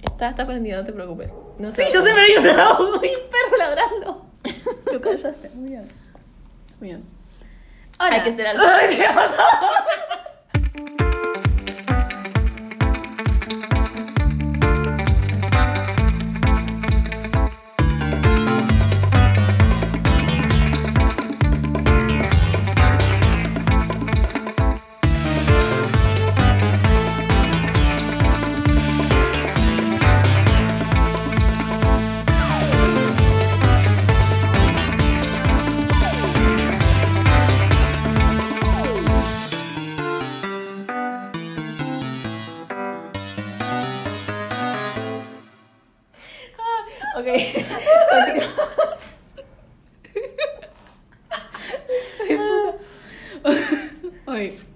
Está prendido, no te preocupes. No Sí, yo sé, pero hay un perro ladrando. Lo callaste, muy bien. Muy bien. Hola. Hay que ser algo. Ok, continúa. Ay.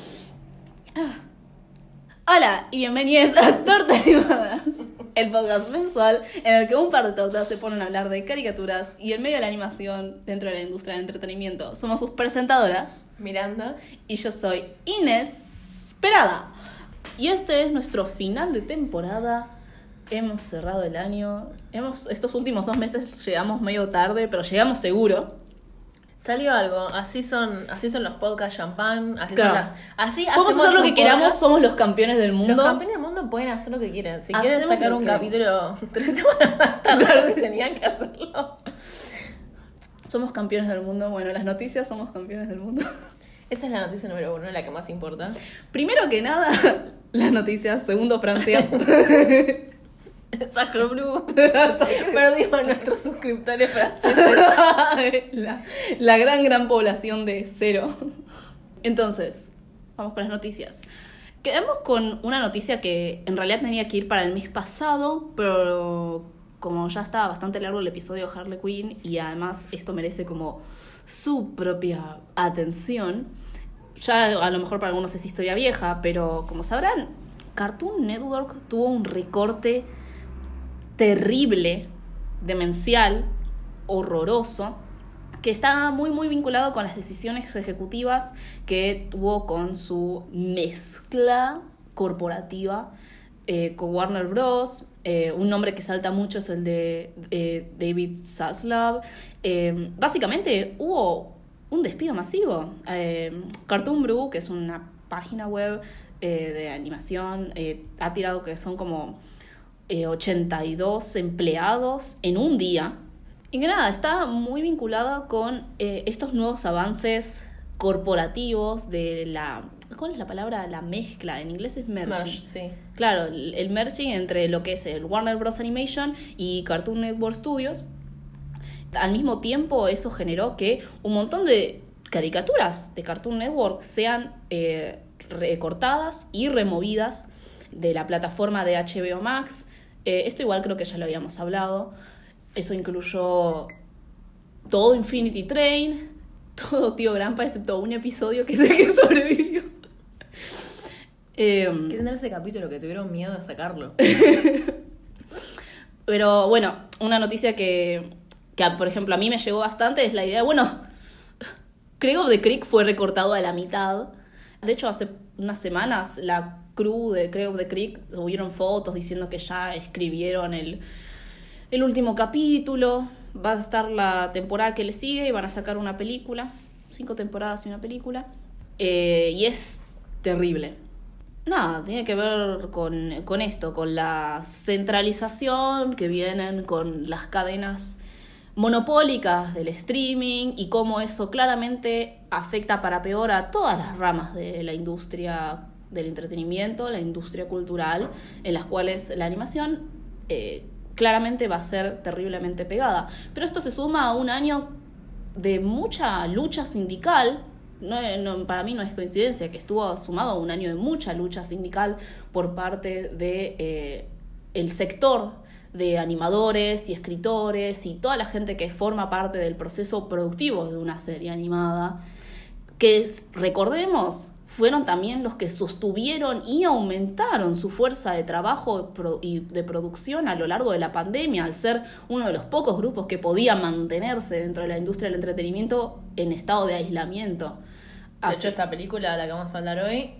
Hola y bienvenidos a Tortas Animadas, el podcast mensual en el que un par de tortas se ponen a hablar de caricaturas y en medio de la animación dentro de la industria del entretenimiento. Somos sus presentadoras, Miranda. y yo soy Inesperada. Y este es nuestro final de temporada. Hemos cerrado el año. Estos últimos 2 meses llegamos medio tarde, pero llegamos seguro. Salió algo, así son los podcasts champán, Claro. así Podemos hacemos hacer lo un que queramos, podcast. somos los campeones del mundo. Los campeones del mundo pueden hacer lo que quieran. Si Hacemos quieren sacar lo un que capítulo 3 semanas más tarde, tenían que hacerlo. Somos campeones del mundo. Bueno, las noticias, somos campeones del mundo. Esa es la noticia número 1, la que más importa. Primero que nada, las noticias. Segundo, Francia. Sacro Blue. Perdimos nuestros suscriptores franceses. la gran población de 0. Entonces, vamos con las noticias. Quedamos con una noticia que en realidad tenía que ir para el mes pasado, pero como ya estaba bastante largo el episodio de Harley Quinn y además esto merece como su propia atención, ya a lo mejor para algunos es historia vieja, pero como sabrán, Cartoon Network tuvo un recorte terrible, demencial, horroroso, que está muy vinculado con las decisiones ejecutivas que tuvo con su mezcla corporativa con Warner Bros. Un nombre que salta mucho es el de David Zaslav. Básicamente hubo un despido masivo. Cartoon Brew, que es una página web de animación, ha tirado que son como 82 empleados en un día. Y que nada, está muy vinculada con estos nuevos avances corporativos de la... ¿Cuál es la palabra? La mezcla. En inglés es merging. Merge, sí. Claro, el merging entre lo que es el Warner Bros. Animation y Cartoon Network Studios. Al mismo tiempo, eso generó que un montón de caricaturas de Cartoon Network sean recortadas y removidas de la plataforma de HBO Max. Esto igual creo que ya lo habíamos hablado. Eso incluyó todo Infinity Train, todo Tío Grampa, excepto un episodio que es el que sobrevivió. ¿Qué tendrá ese capítulo que tuvieron miedo de sacarlo? Pero bueno, una noticia que por ejemplo a mí me llegó bastante es la idea, bueno, Craig of the Creek fue recortado a la mitad. De hecho, hace unas semanas la crew de Craig of the Creek subieron fotos diciendo que ya escribieron el último capítulo. Va a estar la temporada que le sigue y van a sacar una película. 5 temporadas y una película. Y es terrible. Nada, tiene que ver con esto, con la centralización que vienen con las cadenas monopólicas del streaming y cómo eso claramente afecta para peor a todas las ramas de la industria del entretenimiento, la industria cultural, en las cuales la animación claramente va a ser terriblemente pegada. Pero esto se suma a un año de mucha lucha sindical. No, para mí no es coincidencia que estuvo sumado a un año de mucha lucha sindical por parte de el sector de animadores y escritores y toda la gente que forma parte del proceso productivo de una serie animada, que recordemos, fueron también los que sostuvieron y aumentaron su fuerza de trabajo y de producción a lo largo de la pandemia, al ser uno de los pocos grupos que podía mantenerse dentro de la industria del entretenimiento en estado de aislamiento. De hecho, esta película de la que vamos a hablar hoy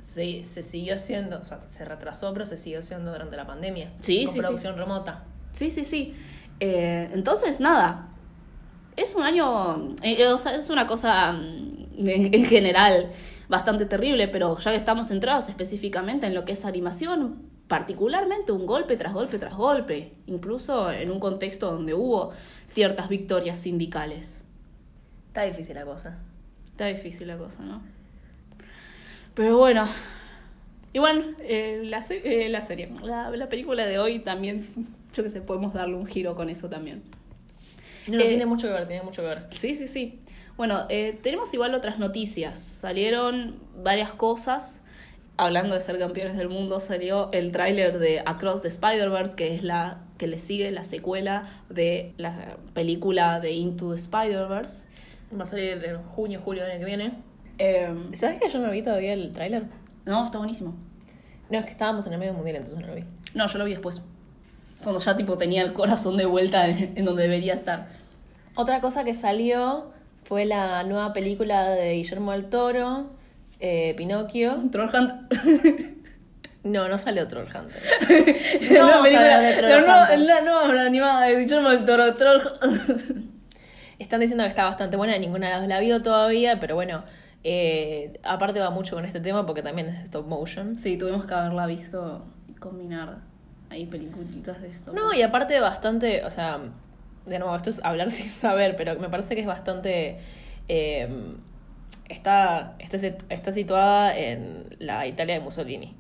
se siguió haciendo, o sea, se retrasó, pero se siguió haciendo durante la pandemia. Sí, con sí, producción remota. Sí. Entonces, nada. Es un año. O sea, es una cosa en general bastante terrible, pero ya que estamos centrados específicamente en lo que es animación, particularmente un golpe tras golpe tras golpe, incluso en un contexto donde hubo ciertas victorias sindicales. Está difícil la cosa. Está difícil la cosa, ¿no? Pero bueno. Y bueno, la serie, la película de hoy también, yo que sé, podemos darle un giro con eso también. No, tiene mucho que ver. Sí. Bueno, tenemos igual otras noticias. Salieron varias cosas. Hablando de ser campeones del mundo, salió el tráiler de Across the Spider-Verse, que es la que le sigue la secuela de la película de Into the Spider-Verse. Va a salir en junio, julio del año que viene. ¿Sabes que yo no vi todavía el tráiler? No, está buenísimo. No, es que estábamos en el medio mundial, entonces no lo vi. No, yo lo vi después. Cuando ya tipo tenía el corazón de vuelta en donde debería estar. Otra cosa que salió fue la nueva película de Guillermo del Toro, Pinocchio. Troll Hunt. No sale Troll Hunter. No vamos a hablar de Troll Hunter. La nueva animada de Guillermo del Toro, Troll. Están diciendo que está bastante buena, ninguna de las dos la vio todavía, pero bueno, aparte va mucho con este tema porque también es stop motion. Sí, tuvimos que haberla visto combinar ahí peliculitas de esto. No, y aparte bastante, o sea, de nuevo, esto es hablar sin saber, pero me parece que es bastante... Está situada en la Italia de Mussolini.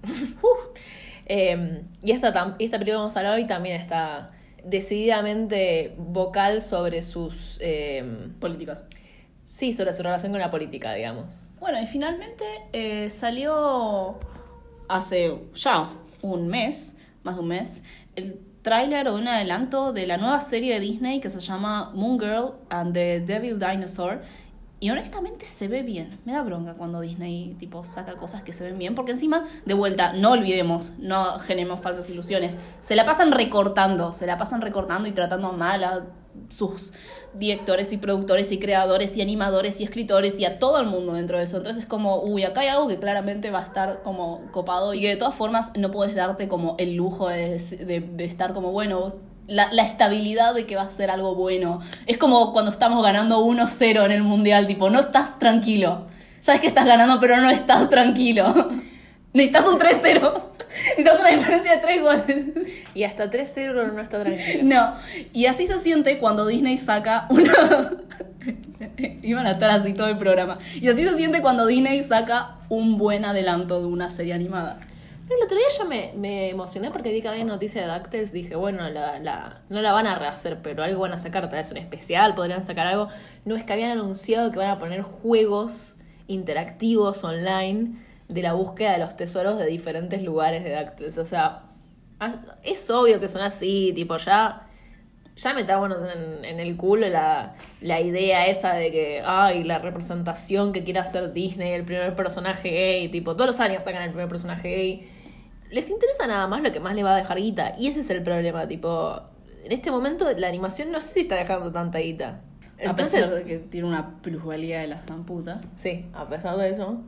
Y esta película que vamos a hablar hoy también está decididamente vocal sobre sus... políticas. Sí, sobre su relación con la política, digamos. Bueno, y finalmente salió hace ya un mes, más de un mes, el tráiler o un adelanto de la nueva serie de Disney que se llama Moon Girl and the Devil Dinosaur. Y honestamente se ve bien. Me da bronca cuando Disney tipo saca cosas que se ven bien. Porque encima, de vuelta, no olvidemos, no generemos falsas ilusiones. Se la pasan recortando y tratando mal a sus directores y productores y creadores y animadores y escritores y a todo el mundo dentro de eso. Entonces es como, acá hay algo que claramente va a estar como copado y que de todas formas no puedes darte como el lujo de estar como, bueno, la estabilidad de que va a ser algo bueno. Es como cuando estamos ganando 1-0 en el mundial, tipo, no estás tranquilo. Sabes que estás ganando, pero no estás tranquilo. Necesitas un 3-0. Necesitas una diferencia de 3 goles. Y hasta 3-0 no está tranquilo. No. Y así se siente cuando Disney saca una... Iban a estar así todo el programa. Y así se siente cuando Disney saca un buen adelanto de una serie animada. El otro día yo me emocioné porque vi que había noticia de DuckTales. Dije, bueno, no la van a rehacer, pero algo van a sacar, tal vez un especial, podrían sacar algo. No, es que habían anunciado que van a poner juegos interactivos online de la búsqueda de los tesoros de diferentes lugares de DuckTales. O sea, es obvio que son así, tipo, ya metámonos en el culo la idea esa de que, la representación que quiere hacer Disney, el primer personaje gay, tipo, todos los años sacan el primer personaje gay. Les interesa nada más lo que más le va a dejar guita. Y ese es el problema, tipo, en este momento la animación no sé si está dejando tanta guita. Entonces, a pesar de que tiene una plusvalía de la zamputa. Sí, a pesar de eso.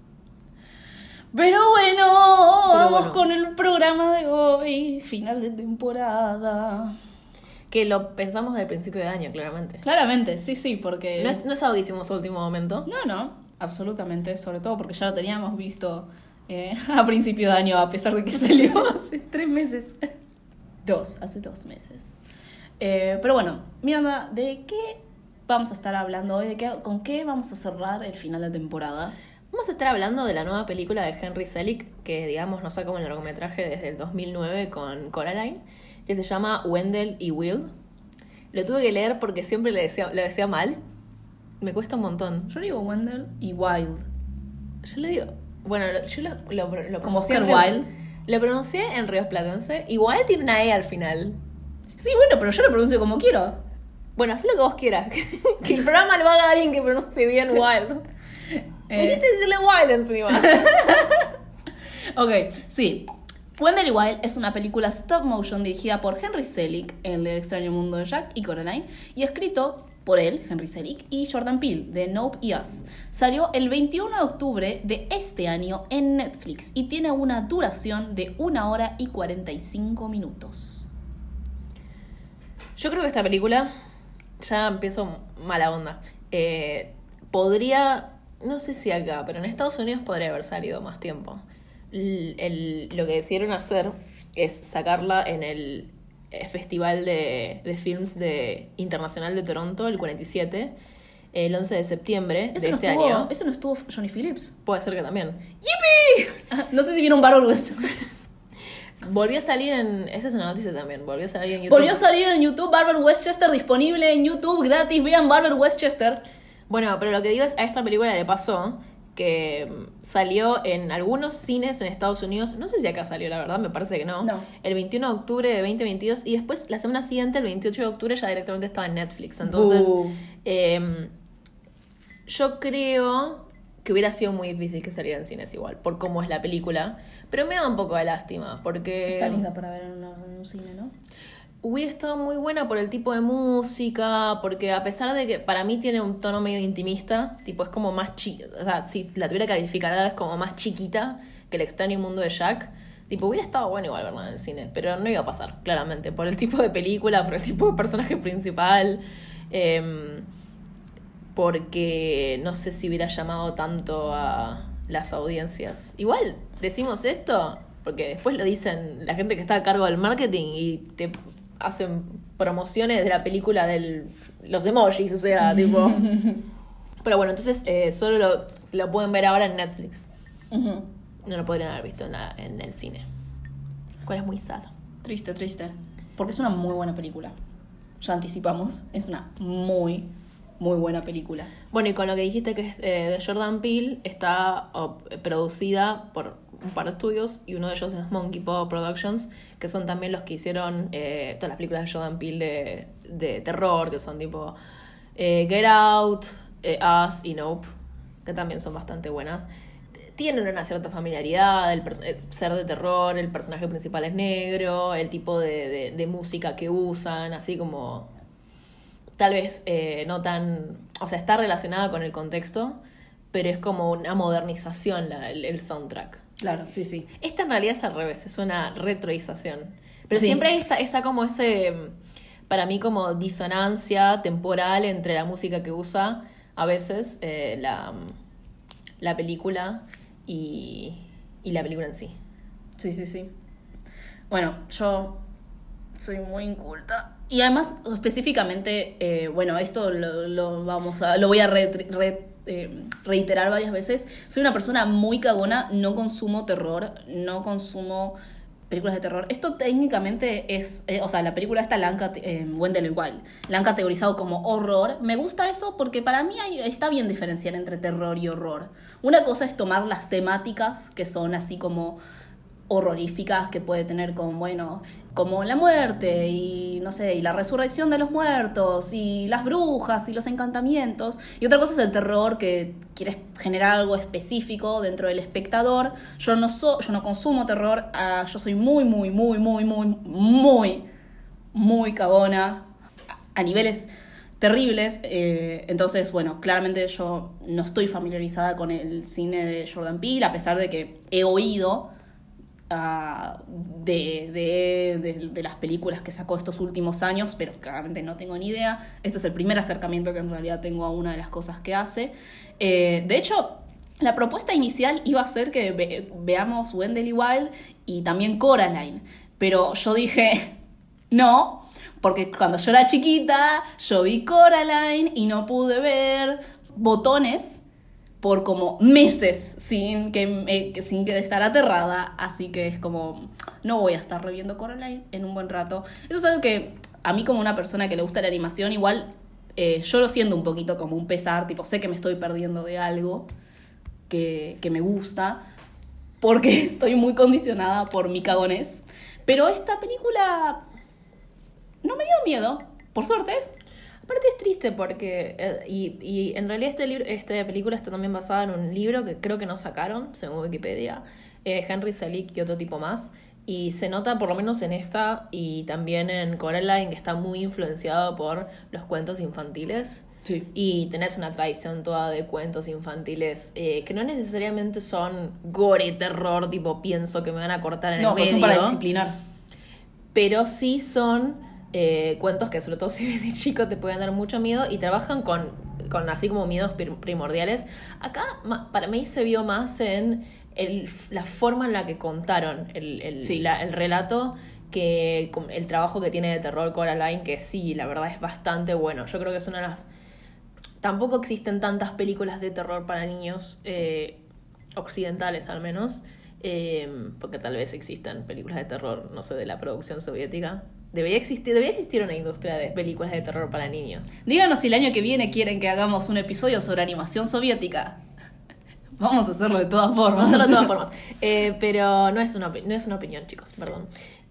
Pero bueno, vamos con el programa de hoy, final de temporada. Que lo pensamos del principio de año, claramente. Claramente, sí, porque... No es algo que hicimos a último momento. No, absolutamente, sobre todo porque ya lo teníamos visto a principio de año, a pesar de que salió hace 3 meses. Hace 2 meses. Pero bueno, Miranda, ¿de qué vamos a estar hablando hoy? ¿Con qué vamos a cerrar el final de temporada? Vamos a estar hablando de la nueva película de Henry Selick, que digamos nos sacó un largometraje desde el 2009 con Coraline, que se llama Wendell y Wild. Lo tuve que leer porque siempre lo decía mal. Me cuesta un montón. Yo le digo Wendell y Wild. Yo le digo... Bueno, yo lo como Oscar Wilde. Lo pronuncié en Ríos Platense. Igual tiene una E al final. Sí, bueno, pero yo lo pronuncio como quiero. Bueno, haz lo que vos quieras. Que el programa lo haga alguien que pronuncie bien Wild. Me hiciste decirle Wild encima. Ok, sí. Wendell y Wild es una película stop motion dirigida por Henry Selick, el del extraño mundo de Jack y Coraline, y escrito por él, Henry Selick, y Jordan Peele, de Nope y Us. Salió el 21 de octubre de este año en Netflix y tiene una duración de 1 hora y 45 minutos. Yo creo que esta película, ya empiezo mala onda, podría, no sé si acá, pero en Estados Unidos podría haber salido más tiempo. Lo que decidieron hacer es sacarla en el Festival de Films Internacional de Toronto, el 47, el 11 de septiembre de este año. ¿Eso no estuvo Johnny Phillips? Puede ser que también. ¡Yipi! No sé si vieron Barbara Westchester. Volvió a salir en... Esa es una noticia también. Volvió a salir en YouTube. Volvió a salir en YouTube Barbara Westchester, disponible en YouTube, gratis. Vean Barbara Westchester. Bueno, pero lo que digo es, a esta película le pasó que salió en algunos cines en Estados Unidos. No sé si acá salió, la verdad, me parece que no. El 21 de octubre de 2022. Y después, la semana siguiente, el 28 de octubre, ya directamente estaba en Netflix. Entonces, yo creo que hubiera sido muy difícil que saliera en cines igual, por cómo es la película. Pero me da un poco de lástima, porque... Está linda para ver en un cine, ¿no? Hubiera estado muy buena por el tipo de música, porque a pesar de que para mí tiene un tono medio intimista, tipo es como más chiquita, o sea, si la tuviera que calificar es como más chiquita que El extraño mundo de Jack, tipo hubiera estado bueno igual verla en el cine, pero no iba a pasar, claramente, por el tipo de película, por el tipo de personaje principal, porque no sé si hubiera llamado tanto a las audiencias. Igual, decimos esto, porque después lo dicen la gente que está a cargo del marketing y te hacen promociones de la película de los emojis, o sea, tipo... Pero bueno, entonces solo lo pueden ver ahora en Netflix. No lo podrían haber visto en el cine. Cual es muy sad. Triste. Porque es una muy buena película. Ya anticipamos, es una muy, muy buena película. Bueno, y con lo que dijiste que es de Jordan Peele, está producida por un par de estudios, y uno de ellos es Monkey Paw Productions, que son también los que hicieron todas las películas de Jordan Peele de terror, que son tipo Get Out, Us y Nope, que también son bastante buenas. Tienen una cierta familiaridad, ser de terror, el personaje principal es negro, el tipo de música que usan, así como tal vez no tan... O sea, está relacionada con el contexto, pero es como una modernización el soundtrack. Claro, sí. Esta en realidad es al revés, es una retroización. Pero sí, siempre está como ese, para mí, como disonancia temporal entre la música que usa a veces la película y la película en sí. Sí. Bueno, yo soy muy inculta. Y además, específicamente, bueno, esto lo voy a reiterar varias veces. Soy una persona muy cagona, no consumo terror, no consumo películas de terror. Esto técnicamente es, o sea, la película esta Wendell Wild, la han categorizado como horror. Me gusta eso porque para mí está bien diferenciar entre terror y horror. Una cosa es tomar las temáticas que son así como horroríficas, que puede tener como la muerte y no sé, y la resurrección de los muertos y las brujas y los encantamientos, y otra cosa es el terror, que quieres generar algo específico dentro del espectador. Yo no consumo terror, yo soy muy cagona a niveles terribles, entonces bueno, claramente yo no estoy familiarizada con el cine de Jordan Peele, a pesar de que he oído de las películas que sacó estos últimos años, pero claramente no tengo ni idea. Este es el primer acercamiento que en realidad tengo a una de las cosas que hace. De hecho, la propuesta inicial iba a ser que veamos Wendell Wild y también Coraline, pero yo dije no, porque cuando yo era chiquita yo vi Coraline y no pude ver Botones por como meses sin que estar aterrada, así que es como, no voy a estar reviendo Coraline en un buen rato. Eso es algo que a mí, como una persona que le gusta la animación, igual yo lo siento un poquito como un pesar, tipo sé que me estoy perdiendo de algo que me gusta, porque estoy muy condicionada por mi cagonés, pero esta película no me dio miedo, por suerte. Aparte es triste porque, y en realidad esta película está también basada en un libro que creo que no sacaron, según Wikipedia, Henry Selick y otro tipo más, Y se nota por lo menos en esta y también en Coraline, que está muy influenciado por los cuentos infantiles. Sí. Y tenés una tradición toda de cuentos infantiles que no necesariamente son gore, terror, tipo pienso que me van a cortar en el No, medio. pero son para disciplinar. Pero sí son cuentos que sobre todo si ves de chico te pueden dar mucho miedo y trabajan con así como miedos primordiales. Acá para mí se vio más en la forma en la que contaron el relato que el trabajo que tiene de terror Coraline, que sí, la verdad es bastante bueno. Yo creo que es una de las... Tampoco existen tantas películas de terror para niños, occidentales al menos, porque tal vez existan películas de terror, no sé, de la producción soviética. Debería existir una industria de películas de terror para niños. Díganos si el año que viene quieren que hagamos un episodio sobre animación soviética. Vamos a hacerlo de todas formas. Vamos a hacerlo de todas formas. Pero no es una opinión, chicos, perdón.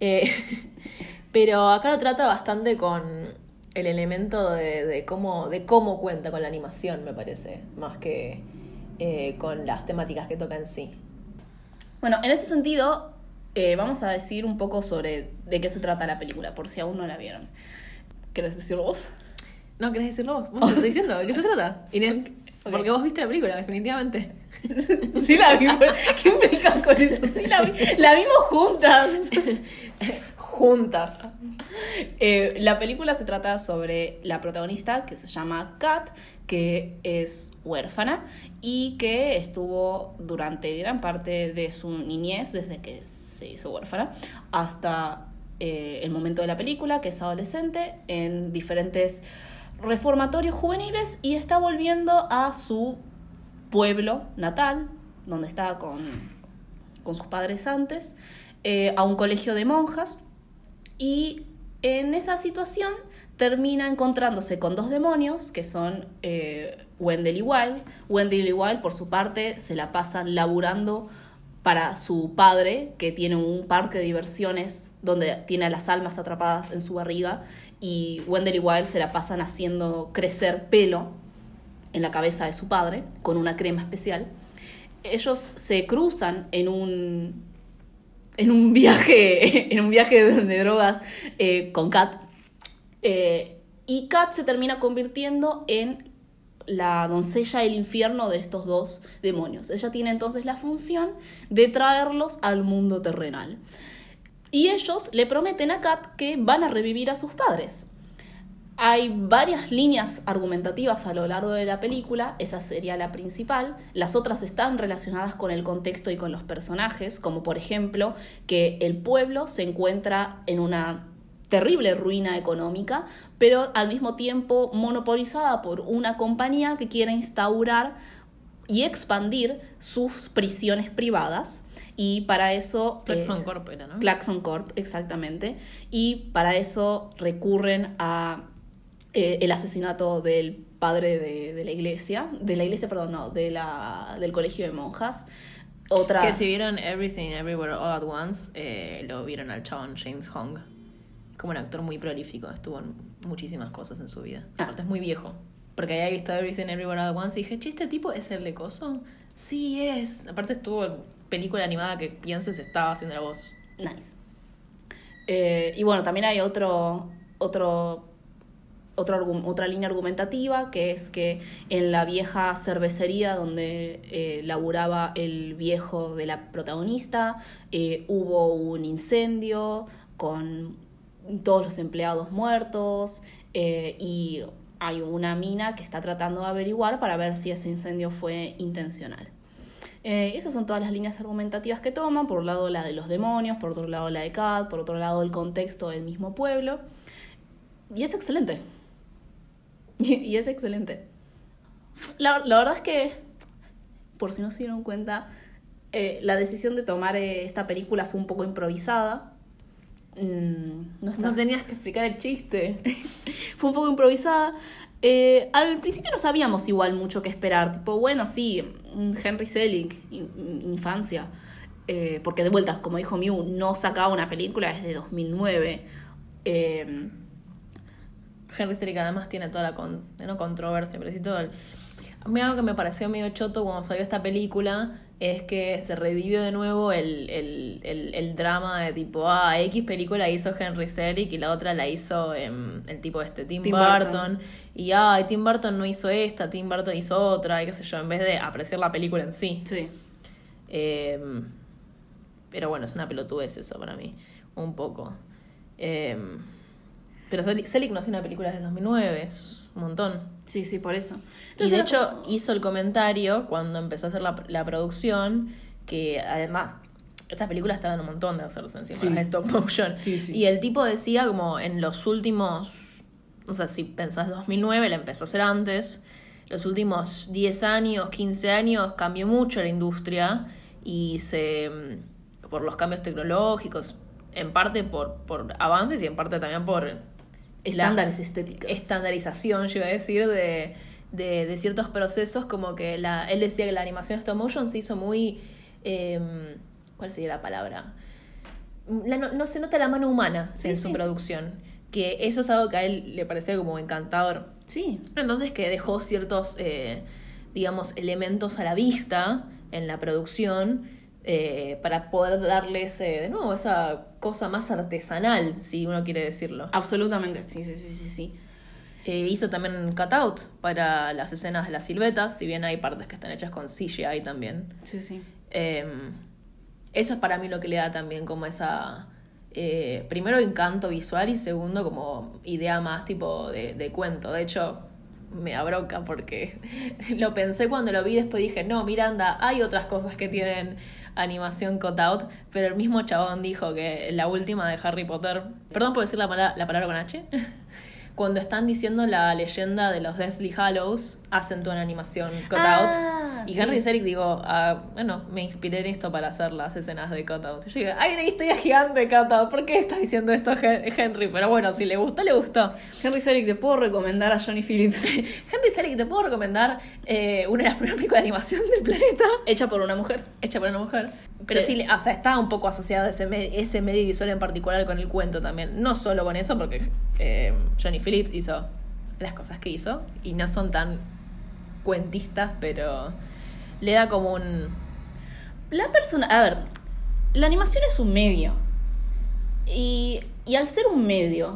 Pero acá lo trata bastante con el elemento de cómo cuenta con la animación, me parece, más que con las temáticas que toca en sí. Bueno, en ese sentido, vamos a decir un poco sobre de qué se trata la película, por si aún no la vieron. ¿Querés decirlo vos? No, ¿querés decirlo vos? ¿Vos te estás diciendo? ¿De qué se trata, Inés? Okay. Porque vos viste la película, definitivamente. Sí la vi. ¿Qué implica con eso? Sí la vi. La vimos juntas. Juntas. La película se trata sobre la protagonista, que se llama Kat, que es huérfana y que estuvo durante gran parte de su niñez, desde que se hizo huérfana, hasta el momento de la película, que es adolescente, en diferentes reformatorios juveniles, y está volviendo a su pueblo natal, donde estaba con sus padres antes, a un colegio de monjas, y en esa situación termina encontrándose con dos demonios, que son Wendell y Wild. Wendell y Wild, por su parte, se la pasan laburando para su padre, que tiene un parque de diversiones donde tiene a las almas atrapadas en su barriga, y Wendell y Wild se la pasan haciendo crecer pelo en la cabeza de su padre con una crema especial. Ellos se cruzan en un viaje de drogas con Kat, y Kat se termina convirtiendo en la doncella del infierno de estos dos demonios. Ella tiene entonces la función de traerlos al mundo terrenal. Y ellos le prometen a Kat que van a revivir a sus padres. Hay varias líneas argumentativas a lo largo de la película, esa sería la principal. Las otras están relacionadas con el contexto y con los personajes, como por ejemplo que el pueblo se encuentra en una terrible ruina económica, pero al mismo tiempo monopolizada por una compañía que quiere instaurar y expandir sus prisiones privadas. Y para eso... Claxon Corp era, ¿no? Claxon Corp, exactamente. Y para eso recurren a el asesinato del padre de la iglesia. Del colegio de monjas. Otra... Que si vieron Everything Everywhere All at Once, lo vieron al chabón James Hong. Como un actor muy prolífico, estuvo en muchísimas cosas en su vida. Aparte es muy viejo. Porque había visto Everything Everywhere All at Once y dije, che, ¿este tipo es el de coso? Sí, es. Aparte estuvo en película animada que pienses estaba haciendo la voz. Nice. Y bueno, también hay otra línea argumentativa, que es que en la vieja cervecería donde laburaba el viejo de la protagonista, hubo un incendio con todos los empleados muertos, y hay una mina que está tratando de averiguar para ver si ese incendio fue intencional. Esas son todas las líneas argumentativas que toman. Por un lado la de los demonios, por otro lado la de Kat, por otro lado el contexto del mismo pueblo. Y es excelente. Y es excelente. La verdad es que, por si no se dieron cuenta, la decisión de tomar esta película fue un poco improvisada. No tenías que explicar el chiste. Fue un poco improvisada. Al principio no sabíamos igual mucho qué esperar. Tipo, bueno, sí, Henry Selick, infancia. Porque de vuelta, como dijo Miu, no sacaba una película desde 2009. Henry Selick además tiene toda la controversia, pero sí todo a mí algo que me pareció medio choto cuando salió esta película es que se revivió de nuevo el drama de tipo, X película hizo Henry Selick y la otra la hizo el tipo Tim Burton. Y Tim Burton no hizo esta, Tim Burton hizo otra, y qué sé yo, en vez de apreciar la película en sí. Sí. Pero bueno, es una pelotudez eso para mí, un poco. Pero Selick no hace una película desde 2009, es un montón. Sí, por eso. Entonces, y de hecho hizo el comentario cuando empezó a hacer la producción, que además estas películas tardan un montón de hacerse encima de stop motion. Sí. Y el tipo decía como en los últimos, o sea, si pensás 2009, la empezó a hacer antes, los últimos 10 años, 15 años cambió mucho la industria y por los cambios tecnológicos, en parte por avances y en parte también por estándares estéticos. Estandarización, yo iba a decir, de ciertos procesos, como que él decía que la animación stop motion se hizo muy... ¿cuál sería la palabra? No se nota la mano humana en su producción, que eso es algo que a él le parecía como encantador. Sí. Entonces que dejó ciertos, digamos, elementos a la vista en la producción, para poder darles de nuevo esa cosa más artesanal, si uno quiere decirlo. Absolutamente, sí. Hizo también cutout para las escenas de las siluetas, si bien hay partes que están hechas con CGI también. Sí. Eso es para mí lo que le da también como esa... primero encanto visual y segundo como idea más tipo de cuento. De hecho, me da bronca porque lo pensé cuando lo vi, después dije, no, Miranda, hay otras cosas que tienen animación cutout, pero el mismo chabón dijo que la última de Harry Potter, perdón por decir la palabra con H, cuando están diciendo la leyenda de los Deathly Hallows, hacen toda una animación cutout. Y Henry Selick bueno, me inspiré en esto para hacer las escenas de cutout. Yo digo, hay una historia gigante de cutout, ¿por qué estás diciendo esto Henry? Pero bueno, si le gustó, le gustó. Henry Selick, te puedo recomendar a Johnny Phillips. Henry Selick, te puedo recomendar una de las primeras películas de animación del planeta. Hecha por una mujer. Pero sí, o sea, está un poco asociado ese medio visual en particular con el cuento también. No solo con eso, porque Johnny Phillips hizo las cosas que hizo y no son tan cuentistas, pero le da como un... A ver, la animación es un medio. Y al ser un medio,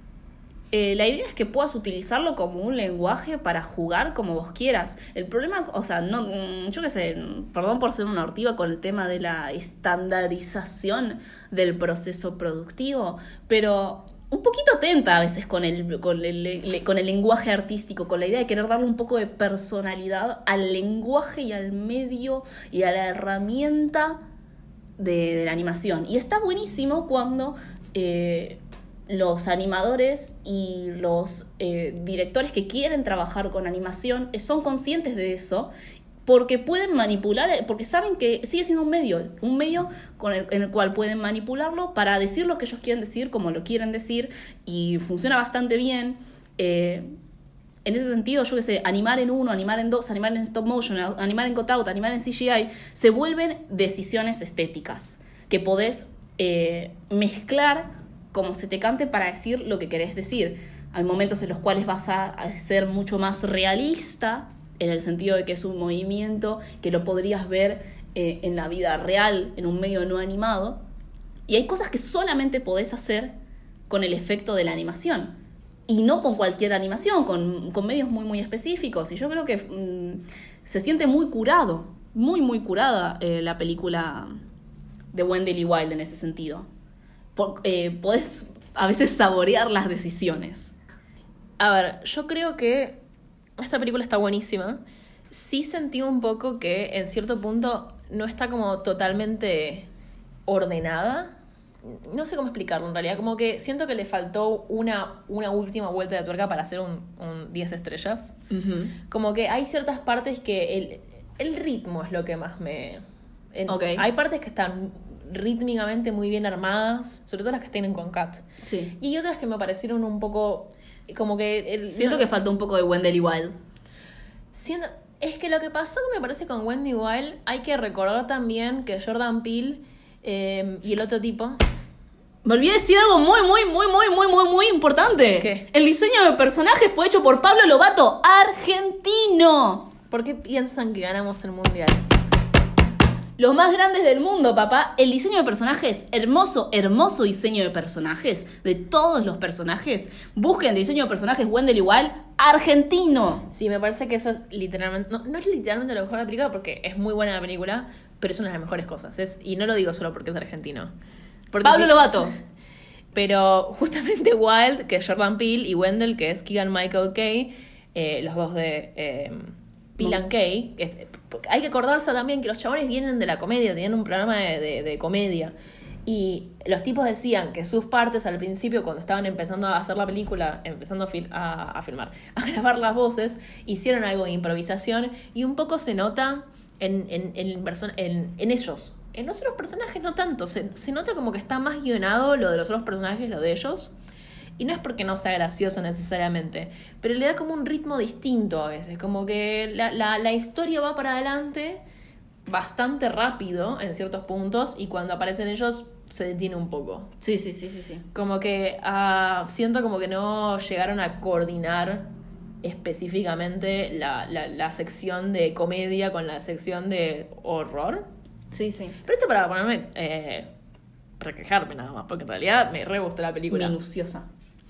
la idea es que puedas utilizarlo como un lenguaje para jugar como vos quieras. El problema, o sea, no, yo qué sé, perdón por ser una ortiva con el tema de la estandarización del proceso productivo, pero un poquito atenta a veces con el lenguaje artístico, con la idea de querer darle un poco de personalidad al lenguaje y al medio y a la herramienta de la animación. Y está buenísimo cuando los animadores y los directores que quieren trabajar con animación son conscientes de eso, porque pueden manipular, porque saben que sigue siendo un medio en el cual pueden manipularlo para decir lo que ellos quieren decir, como lo quieren decir, y funciona bastante bien. En ese sentido, yo qué sé, animar en 1, animar en 2, animar en stop motion, animar en cutout, animar en CGI, se vuelven decisiones estéticas que podés mezclar como se te cante para decir lo que querés decir. Hay momentos en los cuales vas a ser mucho más realista, en el sentido de que es un movimiento que lo podrías ver en la vida real, en un medio no animado. Y hay cosas que solamente podés hacer con el efecto de la animación. Y no con cualquier animación, con medios muy, muy específicos. Y yo creo que se siente muy curado, muy, muy curada la película de Wendy Lee Wild en ese sentido. Podés a veces saborear las decisiones. A ver, yo creo que esta película está buenísima. Sí sentí un poco que en cierto punto no está como totalmente ordenada. No sé cómo explicarlo en realidad. Como que siento que le faltó una última vuelta de tuerca para hacer un 10 estrellas. Uh-huh. Como que hay ciertas partes que el ritmo es lo que más me... Okay. Hay partes que están rítmicamente muy bien armadas, sobre todo las que tienen con Kat. Sí. Y otras que me parecieron un poco... como que siento que faltó un poco de Wendy Lee Wild. Es que lo que pasó que me parece con Wendy Wild, hay que recordar también que Jordan Peele y el otro tipo... Me olvidé decir algo muy, muy, muy, muy, muy, muy, muy importante. ¿Qué? El diseño del personaje fue hecho por Pablo Lobato, argentino. ¿Por qué piensan que ganamos el mundial? Los más grandes del mundo, papá. El diseño de personajes, hermoso, hermoso diseño de personajes. De todos los personajes. Busquen diseño de personajes Wendell igual, argentino. Sí, me parece que eso es literalmente... No es literalmente lo mejor de la película porque es muy buena la película, pero es una de las mejores cosas. Y no lo digo solo porque es argentino. Porque Pablo Lovato. Pero justamente Wild, que es Jordan Peele, y Wendell, que es Keegan Michael Kay, los dos de Peele and Kay. Hay que acordarse también que los chabones vienen de la comedia, tenían un programa de comedia. Y los tipos decían que sus partes al principio, cuando estaban empezando a hacer la película, empezando a filmar, a grabar las voces, hicieron algo de improvisación y un poco se nota en ellos. En los otros personajes no tanto, se nota como que está más guionado lo de los otros personajes, lo de ellos. Y no es porque no sea gracioso necesariamente, pero le da como un ritmo distinto a veces, como que la historia va para adelante bastante rápido en ciertos puntos y cuando aparecen ellos se detiene un poco. Sí. Como que siento como que no llegaron a coordinar específicamente la sección de comedia con la sección de horror. Sí. Pero esto para ponerme... para quejarme nada más, porque en realidad me re gustó la película. Minuciosa.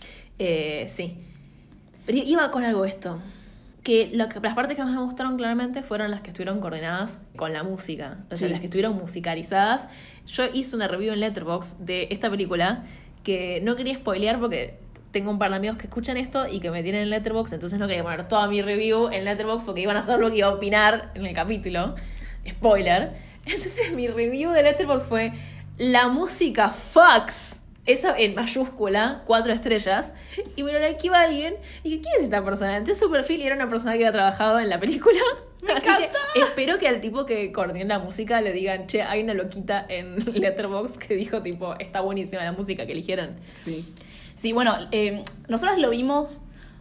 Sí. Pero iba con algo esto. Que las partes que más me gustaron claramente fueron las que estuvieron coordinadas con la música. O sea, las que estuvieron musicalizadas. Yo hice una review en Letterboxd de esta película que no quería spoilear porque tengo un par de amigos que escuchan esto y que me tienen en Letterboxd, entonces no quería poner toda mi review en Letterboxd porque iban a saber lo que iba a opinar en el capítulo. Spoiler. Entonces mi review de Letterboxd fue: la música fucks. Esa en mayúscula, 4 estrellas. Y me lo likeó alguien. Y dije, ¿quién es esta persona? Entonces su perfil era una persona que había trabajado en la película. Así que espero que al tipo que coordine la música le digan, che, hay una loquita en Letterboxd que dijo, tipo, está buenísima la música que eligieron. Sí, bueno, nosotras lo vimos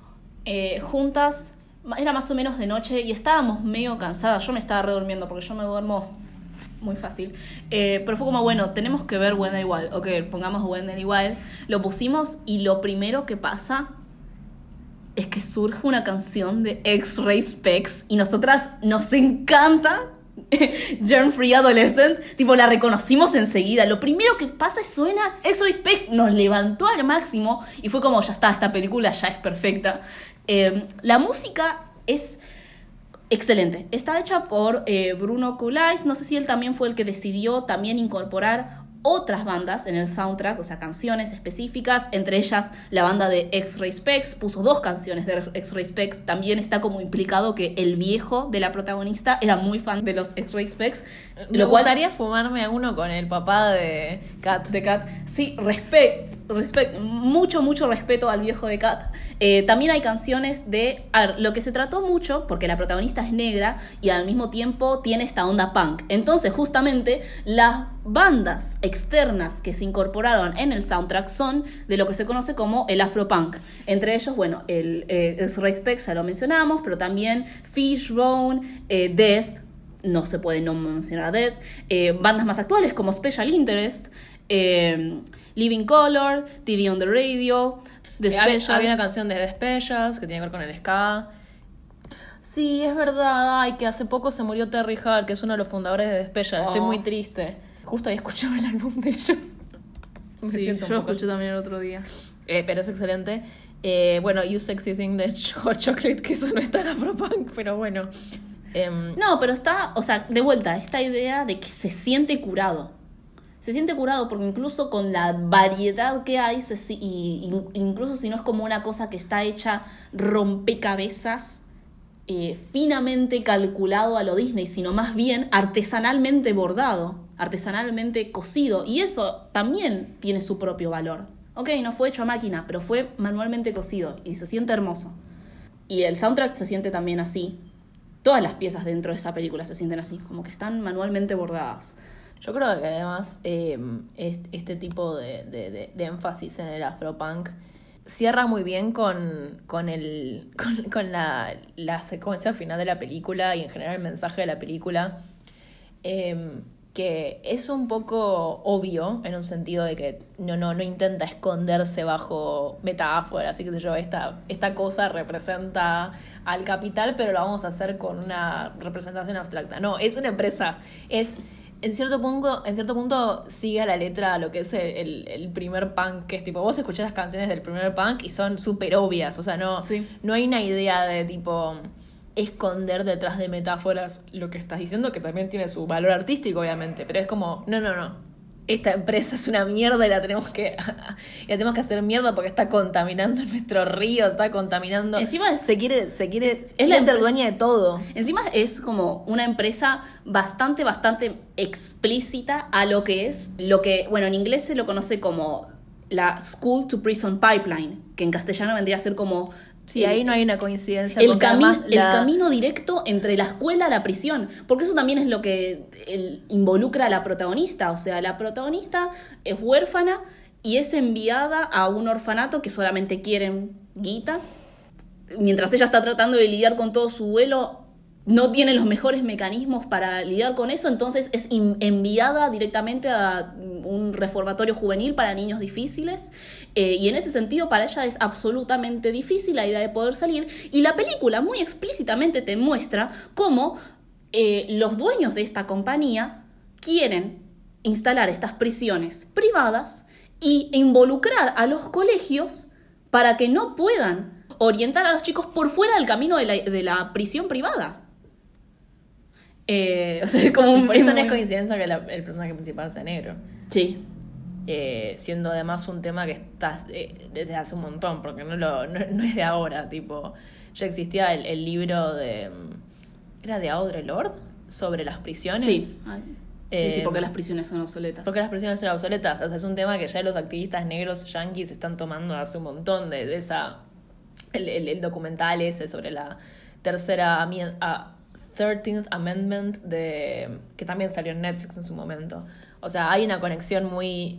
juntas. Era más o menos de noche y estábamos medio cansadas. Yo me estaba redurmiendo porque yo me duermo muy fácil. Pero fue como, bueno, tenemos que ver Wendell Wild. Ok, pongamos Wendell Wild. Lo pusimos y lo primero que pasa es que surge una canción de X-Ray Spex y nosotras nos encanta Germ Free Adolescent. Tipo, la reconocimos enseguida. Lo primero que pasa es suena X-Ray Spex. Nos levantó al máximo y fue como, ya está, esta película ya es perfecta. La música es... excelente. Está hecha por Bruno Kulais. No sé si él también fue el que decidió también incorporar otras bandas en el soundtrack, o sea, canciones específicas, entre ellas la banda de X-Ray Spex, puso 2 canciones de X-Ray Spex. También está como implicado que el viejo de la protagonista era muy fan de los X-Ray Spex. Me gustaría fumarme a uno con el papá de Kat. Sí, mucho respeto al viejo de Kat. También hay canciones de... A ver, lo que se trató mucho, porque la protagonista es negra y al mismo tiempo tiene esta onda punk. Entonces, justamente, las bandas externas que se incorporaron en el soundtrack son de lo que se conoce como el afropunk. Entre ellos, bueno, el X-Ray Spex, ya lo mencionamos, pero también Fishbone, Death, no se puede no mencionar a Death, bandas más actuales como Special Interest, Living Color, TV on the Radio, The Specials. Había una canción de The Specials que tiene que ver con el ska. Sí, es verdad. Ay, que hace poco se murió Terry Hall, que es uno de los fundadores de The Specials. Estoy muy triste. Justo ahí escuchaba el álbum de ellos. Sí, yo lo escuché también el otro día. Pero es excelente. Bueno, You Sexy Thing de Hot Chocolate, que eso no está en Afropunk, pero bueno. No, pero está, o sea, de vuelta, esta idea de que se siente curado. Se siente curado porque incluso con la variedad que hay, incluso si no es como una cosa que está hecha rompecabezas, finamente calculado a lo Disney, sino más bien artesanalmente bordado, artesanalmente cosido. Y eso también tiene su propio valor. Ok, no fue hecho a máquina, pero fue manualmente cosido y se siente hermoso. Y el soundtrack se siente también así. Todas las piezas dentro de esa película se sienten así, como que están manualmente bordadas. Yo creo que además este tipo de énfasis en el afropunk cierra muy bien con la secuencia final de la película y en general el mensaje de la película, que es un poco obvio en un sentido de que no intenta esconderse bajo metáforas, así que esta cosa representa al capital, pero lo vamos a hacer con una representación abstracta. No, es una empresa, es en cierto punto sigue a la letra lo que es el primer punk, que es tipo, vos escuchás las canciones del primer punk y son súper obvias, o sea, no hay una idea de tipo esconder detrás de metáforas lo que estás diciendo, que también tiene su valor artístico, obviamente, pero es como, no. Esta empresa es una mierda y la tenemos que hacer mierda porque está contaminando nuestro río, está contaminando. Encima se quiere ser dueña de todo. Encima es como una empresa bastante explícita a lo que es, bueno, en inglés se lo conoce como la School to Prison Pipeline, que en castellano vendría a ser como... Sí, ahí no hay una coincidencia. El camino directo entre la escuela a la prisión. Porque eso también es lo que involucra a la protagonista. O sea, la protagonista es huérfana y es enviada a un orfanato que solamente quieren guita. Mientras ella está tratando de lidiar con todo su duelo, no tiene los mejores mecanismos para lidiar con eso. Entonces es enviada directamente a un reformatorio juvenil para niños difíciles, y en ese sentido para ella es absolutamente difícil la idea de poder salir, y la película muy explícitamente te muestra cómo los dueños de esta compañía quieren instalar estas prisiones privadas e involucrar a los colegios para que no puedan orientar a los chicos por fuera del camino de la prisión privada. O sea, como por eso no es coincidencia que el personaje principal sea negro. Sí. Siendo además un tema que está desde hace un montón, porque no es de ahora, tipo, ya existía el libro de... ¿Era de Audre Lorde? Sobre las prisiones. Sí, sí, porque las prisiones son obsoletas. Porque las prisiones son obsoletas. O sea, es un tema que ya los activistas negros yanquis están tomando hace un montón de esa... El documental ese sobre la 13th Amendment que también salió en Netflix en su momento. O sea, hay una conexión muy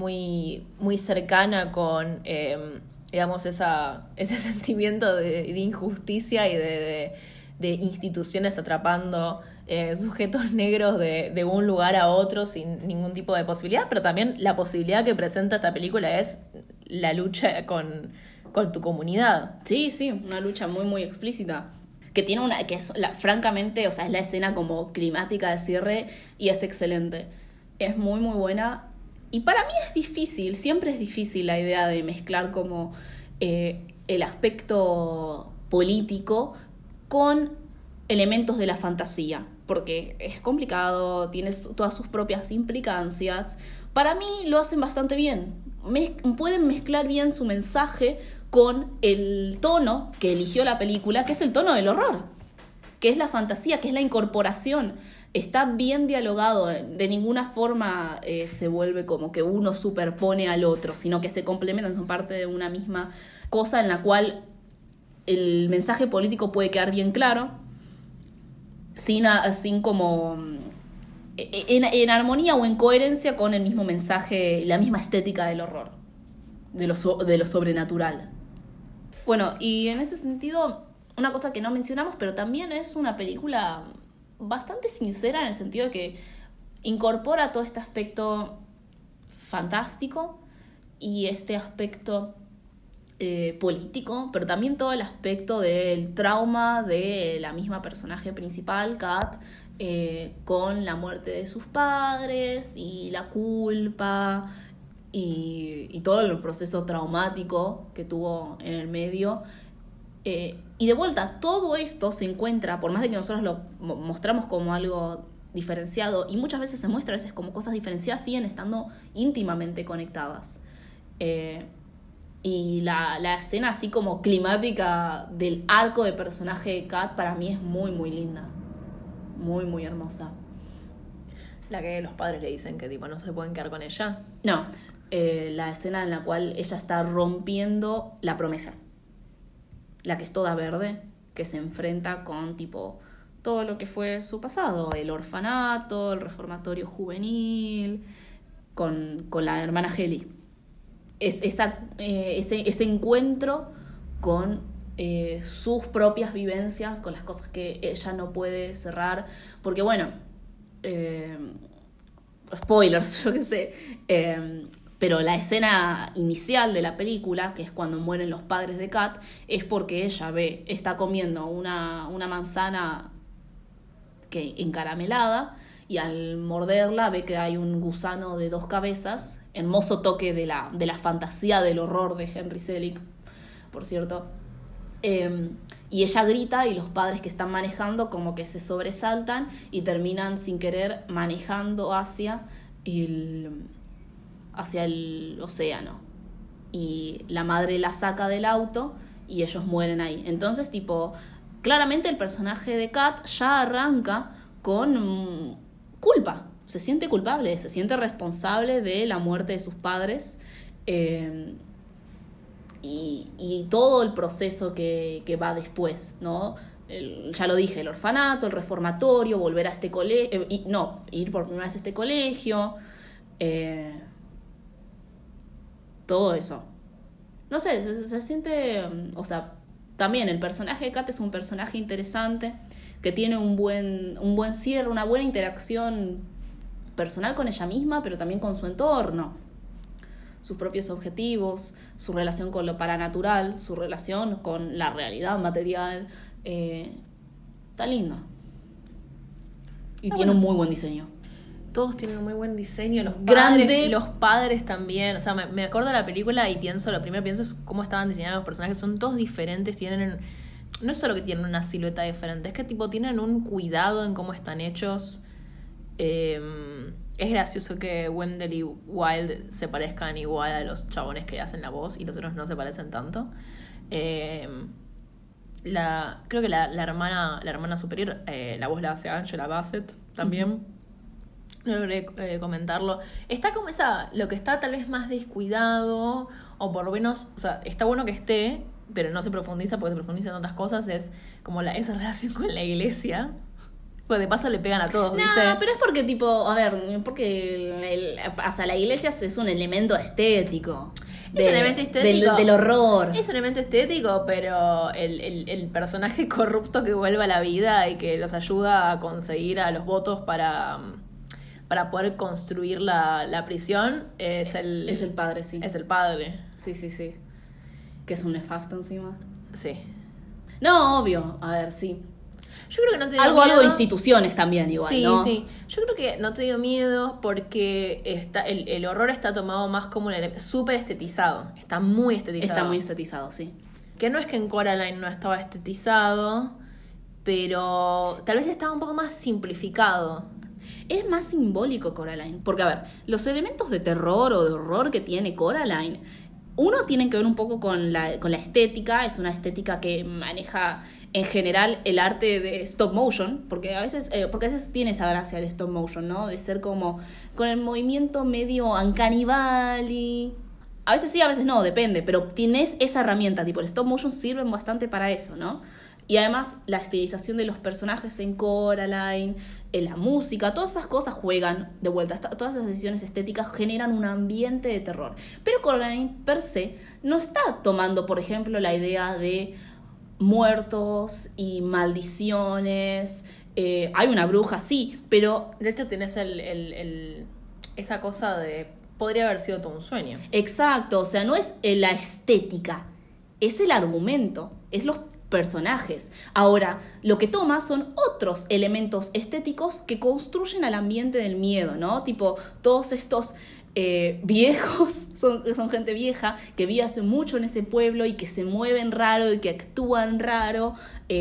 cercana con, digamos, ese sentimiento de injusticia y de instituciones atrapando sujetos negros de un lugar a otro sin ningún tipo de posibilidad, pero también la posibilidad que presenta esta película es la lucha con tu comunidad. Sí, una lucha muy explícita. Que tiene francamente, o sea, es la escena como climática de cierre y es excelente. Es muy buena. Y para mí es difícil, siempre es difícil la idea de mezclar como el aspecto político con elementos de la fantasía. Porque es complicado, tiene todas sus propias implicancias. Para mí lo hacen bastante bien. Pueden mezclar bien su mensaje con el tono que eligió la película, que es el tono del horror, que es la fantasía, que es la incorporación. Está bien dialogado, de ninguna forma se vuelve como que uno superpone al otro, sino que se complementan, son parte de una misma cosa en la cual el mensaje político puede quedar bien claro, sin como... En armonía o en coherencia con el mismo mensaje, la misma estética del horror, de lo sobrenatural. Bueno, y en ese sentido, una cosa que no mencionamos, pero también es una película bastante sincera en el sentido de que incorpora todo este aspecto fantástico y este aspecto político, pero también todo el aspecto del trauma de la misma personaje principal, Kat, con la muerte de sus padres y la culpa y todo el proceso traumático que tuvo en el medio. Y de vuelta, todo esto se encuentra, por más de que nosotros lo mostramos como algo diferenciado, y muchas veces se muestra a veces como cosas diferenciadas, siguen estando íntimamente conectadas. Y la escena así como climática del arco de personaje de Kat para mí es muy linda. Muy hermosa. La que los padres le dicen que tipo no se pueden quedar con ella. No, la escena en la cual ella está rompiendo la promesa. La que es toda verde, que se enfrenta con tipo todo lo que fue su pasado, el orfanato, el reformatorio juvenil, con la hermana Helly. Ese encuentro con sus propias vivencias, con las cosas que ella no puede cerrar, porque bueno, spoilers, yo qué sé, pero la escena inicial de la película, que es cuando mueren los padres de Kat, es porque ella está comiendo una manzana encaramelada, y al morderla ve que hay un gusano de 2 cabezas, hermoso toque de la fantasía del horror de Henry Selick, por cierto. Y ella grita y los padres que están manejando como que se sobresaltan y terminan sin querer manejando hacia el océano. Y la madre la saca del auto y ellos mueren ahí. Entonces, tipo, claramente el personaje de Kat ya arranca con culpa. Se siente culpable, se siente responsable de la muerte de sus padres. Y todo el proceso que va después, ¿no? Ya lo dije, el orfanato, el reformatorio, volver a este colegio, ir por primera vez a este colegio, todo eso. No sé, se siente, o sea, también el personaje de Kat es un personaje interesante, que tiene un buen cierre, una buena interacción personal con ella misma, pero también con su entorno, sus propios objetivos, su relación con lo paranatural, su relación con la realidad material. Está lindo. Y tiene un muy buen diseño. Todos tienen un muy buen diseño. Grande. Los padres también. O sea, me acuerdo de la película y lo primero que pienso es cómo estaban diseñados los personajes. Son todos diferentes, no es solo que tienen una silueta diferente, es que tipo tienen un cuidado en cómo están hechos. Es gracioso que Wendell y Wild se parezcan igual a los chabones que hacen la voz y los otros no se parecen tanto. Creo que la hermana superior, la voz la hace Angela Bassett también. No logré comentarlo. Está como lo que está tal vez más descuidado, o por lo menos, o sea, está bueno que esté, pero no se profundiza porque se profundiza en otras cosas, es como esa relación con la iglesia. Pues de paso le pegan a todos, ¿viste? No, pero es porque la iglesia es un elemento estético. Es un elemento estético. Del horror. Es un elemento estético, pero el personaje corrupto que vuelve a la vida y que los ayuda a conseguir a los votos para poder construir la prisión es el padre, sí. Es el padre. Sí. Que es un nefasto encima. Sí. No, obvio. A ver, sí. Yo creo que no te dio algo miedo. De instituciones también igual, sí, ¿no? Sí. Yo creo que no te dio miedo porque el horror está tomado más como súper estetizado. Está muy estetizado. Está muy estetizado, sí. Que no es que en Coraline no estaba estetizado, pero tal vez estaba un poco más simplificado. Es más simbólico Coraline. Porque, a ver, los elementos de terror o de horror que tiene Coraline, uno tiene que ver un poco con la estética. Es una estética que maneja en general el arte de stop motion, porque a veces tiene esa gracia el stop motion, ¿no? De ser como con el movimiento medio uncanny valley. A veces sí, a veces no, depende, pero tienes esa herramienta, tipo el stop motion sirven bastante para eso, ¿no? Y además la estilización de los personajes en Coraline, en la música, todas esas cosas juegan de vuelta. Todas esas decisiones estéticas generan un ambiente de terror. Pero Coraline per se no está tomando, por ejemplo, la idea de muertos y maldiciones. Hay una bruja, sí, pero de hecho tenés esa cosa de podría haber sido todo un sueño. Exacto, o sea, no es la estética, es el argumento, es los personajes. Ahora, lo que toma son otros elementos estéticos que construyen al ambiente del miedo, ¿no? Tipo, todos estos viejos, son gente vieja que vive hace mucho en ese pueblo y que se mueven raro y que actúan raro,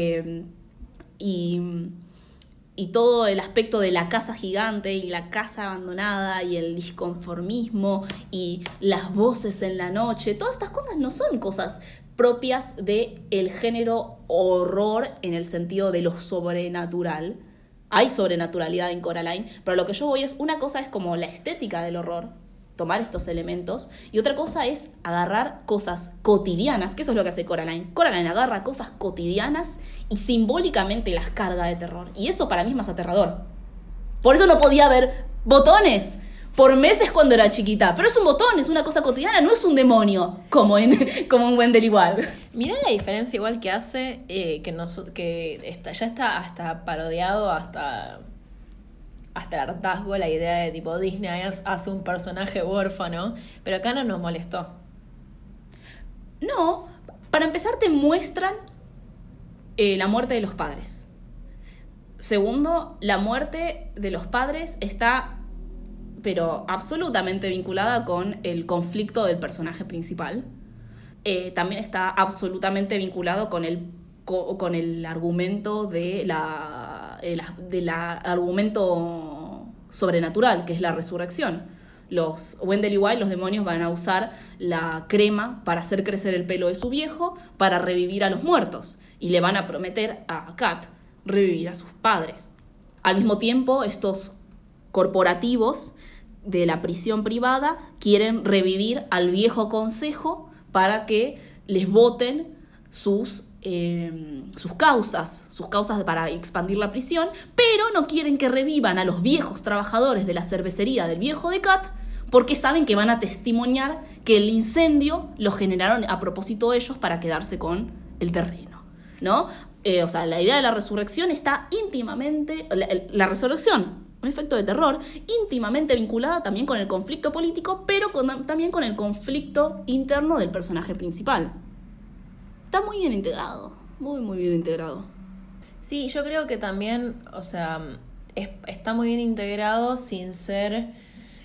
y todo el aspecto de la casa gigante y la casa abandonada y el disconformismo y las voces en la noche. Todas estas cosas no son cosas propias del género horror en el sentido de lo sobrenatural. Hay sobrenaturalidad en Coraline, pero lo que yo voy es, una cosa es como la estética del horror, tomar estos elementos, y otra cosa es agarrar cosas cotidianas, que eso es lo que hace Coraline. Coraline agarra cosas cotidianas y simbólicamente las carga de terror, y eso para mí es más aterrador. Por eso no podía ver botones por meses cuando era chiquita, pero es un botón, es una cosa cotidiana, no es un demonio, como en Wendell igual. Mirá la diferencia igual que hace, ya está hasta parodiado, hasta el hartazgo, la idea de tipo Disney hace un personaje huérfano, pero acá no nos molestó. No, para empezar te muestran la muerte de los padres. Segundo, la muerte de los padres está, pero absolutamente vinculada con el conflicto del personaje principal. También está absolutamente vinculado con el argumento del argumento sobrenatural, que es la resurrección. Los Wendell y Wild, los demonios, van a usar la crema para hacer crecer el pelo de su viejo para revivir a los muertos. Y le van a prometer a Kat revivir a sus padres. Al mismo tiempo, estos corporativos de la prisión privada quieren revivir al viejo consejo para que les voten sus causas para expandir la prisión, pero no quieren que revivan a los viejos trabajadores de la cervecería del viejo de Kat, porque saben que van a testimoniar que el incendio lo generaron a propósito ellos para quedarse con el terreno, ¿no? O sea, la idea de la resurrección está íntimamente... La resurrección, un efecto de terror, íntimamente vinculada también con el conflicto político, pero también con el conflicto interno del personaje principal. Está muy bien integrado, muy bien integrado. Sí, yo creo que también, o sea, está muy bien integrado sin ser...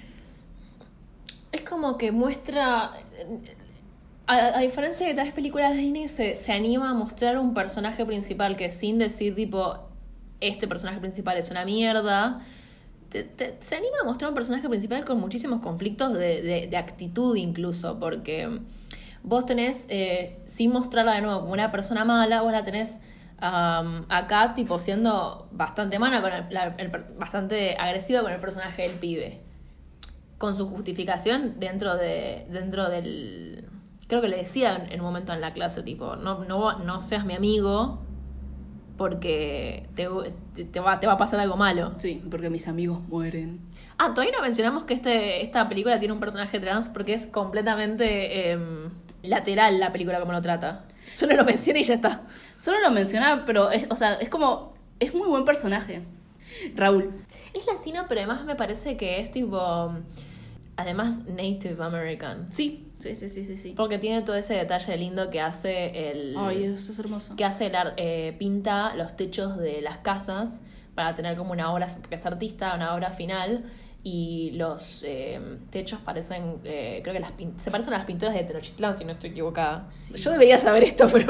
Es como que muestra... A diferencia de otras películas de Disney, se anima a mostrar un personaje principal que sin decir, tipo, este personaje principal es una mierda... Se anima a mostrar un personaje principal con muchísimos conflictos de actitud incluso, porque vos tenés, sin mostrarla de nuevo como una persona mala, vos la tenés acá tipo siendo bastante mala, bastante agresiva con el personaje del pibe, con su justificación dentro del... Creo que le decía en un momento en la clase, tipo, no seas mi amigo porque te va a pasar algo malo. Sí, porque mis amigos mueren. Todavía no mencionamos que esta película tiene un personaje trans porque es completamente lateral la película como lo trata. Solo lo menciona y ya está. Solo lo menciona, pero es muy buen personaje. Raúl. Es latino, pero además me parece que es tipo... Además, Native American. Sí. Porque tiene todo ese detalle lindo que hace Ay, eso es hermoso. Que hace pinta los techos de las casas para tener como una obra, porque es artista, una obra final. Y los techos parecen, creo que se parecen a las pinturas de Tenochtitlán, si no estoy equivocada. Sí. Yo debería saber esto, pero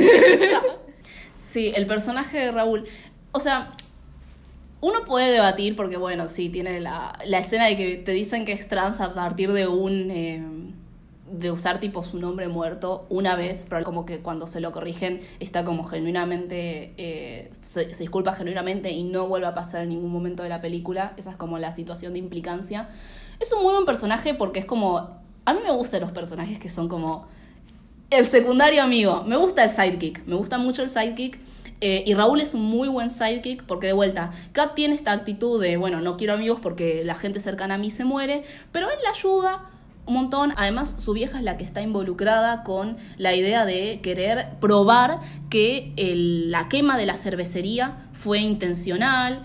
Sí, el personaje de Raúl. O sea... Uno puede debatir porque, bueno, sí, tiene la escena de que te dicen que es trans a partir de de usar tipo su nombre muerto una vez, pero como que cuando se lo corrigen está como genuinamente, se disculpa genuinamente y no vuelve a pasar en ningún momento de la película. Esa es como la situación de implicancia. Es un muy buen personaje porque es como... A mí me gustan los personajes que son como el secundario amigo. Me gusta el sidekick, me gusta mucho el sidekick. Y Raúl es un muy buen sidekick porque de vuelta, Kat tiene esta actitud de, bueno, no quiero amigos porque la gente cercana a mí se muere, pero él la ayuda un montón. Además, su vieja es la que está involucrada con la idea de querer probar que la quema de la cervecería fue intencional.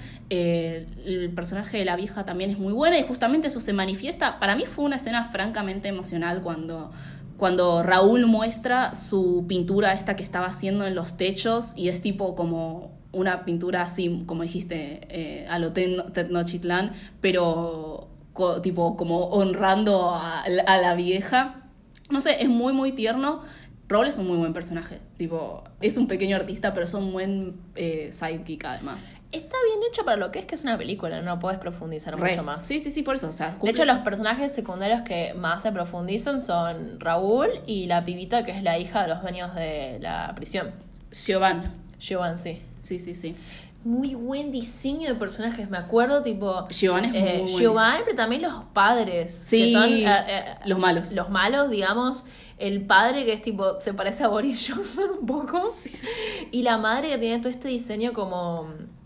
El personaje de la vieja también es muy buena y justamente eso se manifiesta. Para mí fue una escena francamente emocional cuando Raúl muestra su pintura esta que estaba haciendo en los techos y es tipo como una pintura así, como dijiste, a lo Tenochtitlán, pero tipo como honrando a la vieja. No sé, es muy tierno. Raúl es un muy buen personaje. Tipo, es un pequeño artista, pero es un buen sidekick además. Está bien hecho para lo que es una película, no podés profundizar mucho más. Sí, por eso. O sea, de hecho, los personajes secundarios que más se profundizan son Raúl y la pibita que es la hija de los dueños de la prisión. Siobhan, sí. Sí. Muy buen diseño de personajes, me acuerdo, tipo... Siobhan es muy bueno. Siobhan, pero también los padres. Sí, que son, los malos. Los malos, digamos. El padre que es tipo, se parece a Boris Johnson un poco. Sí. Y la madre que tiene todo este diseño como...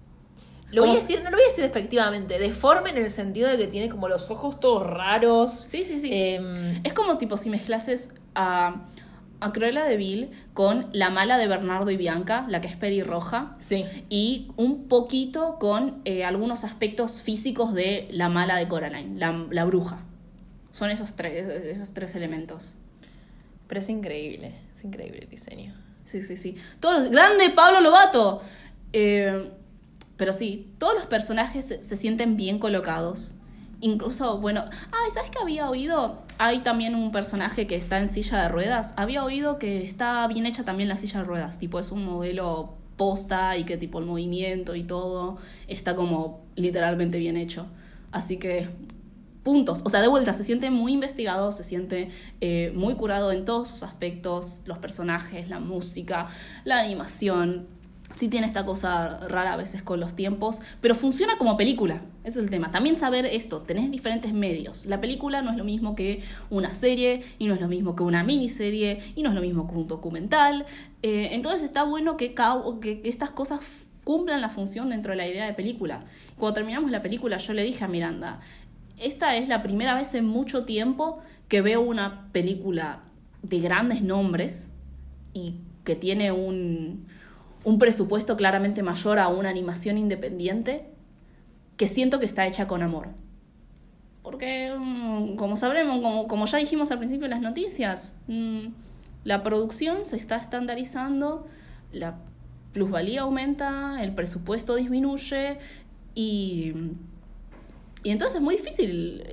no lo voy a decir despectivamente, deforme en el sentido de que tiene como los ojos todos raros. Sí. Es como tipo si mezclases a Cruella de Vil con la mala de Bernardo y Bianca, la que es pelirroja. Sí. Y un poquito con algunos aspectos físicos de la mala de Coraline, la bruja. Son esos tres elementos. Pero es increíble el diseño. Sí. ¡Grande Pablo Lovato! Pero sí, todos los personajes se sienten bien colocados. Incluso, bueno... Ay, ¿sabes qué había oído? Hay también un personaje que está en silla de ruedas. Había oído que está bien hecha también la silla de ruedas. Tipo, es un modelo posta y que tipo el movimiento y todo está como literalmente bien hecho. Así que... puntos. O sea, de vuelta, se siente muy investigado, se siente muy curado en todos sus aspectos. Los personajes, la música, la animación... Sí tiene esta cosa rara a veces con los tiempos, pero funciona como película, ese es el tema. También saber esto, tenés diferentes medios. La película no es lo mismo que una serie, y no es lo mismo que una miniserie, y no es lo mismo que un documental. Entonces está bueno que estas cosas cumplan la función dentro de la idea de película. Cuando terminamos la película yo le dije a Miranda, esta es la primera vez en mucho tiempo que veo una película de grandes nombres y que tiene un presupuesto claramente mayor a una animación independiente, que siento que está hecha con amor. Porque, como sabremos, como ya dijimos al principio de las noticias, la producción se está estandarizando, la plusvalía aumenta, el presupuesto disminuye y entonces es muy difícil.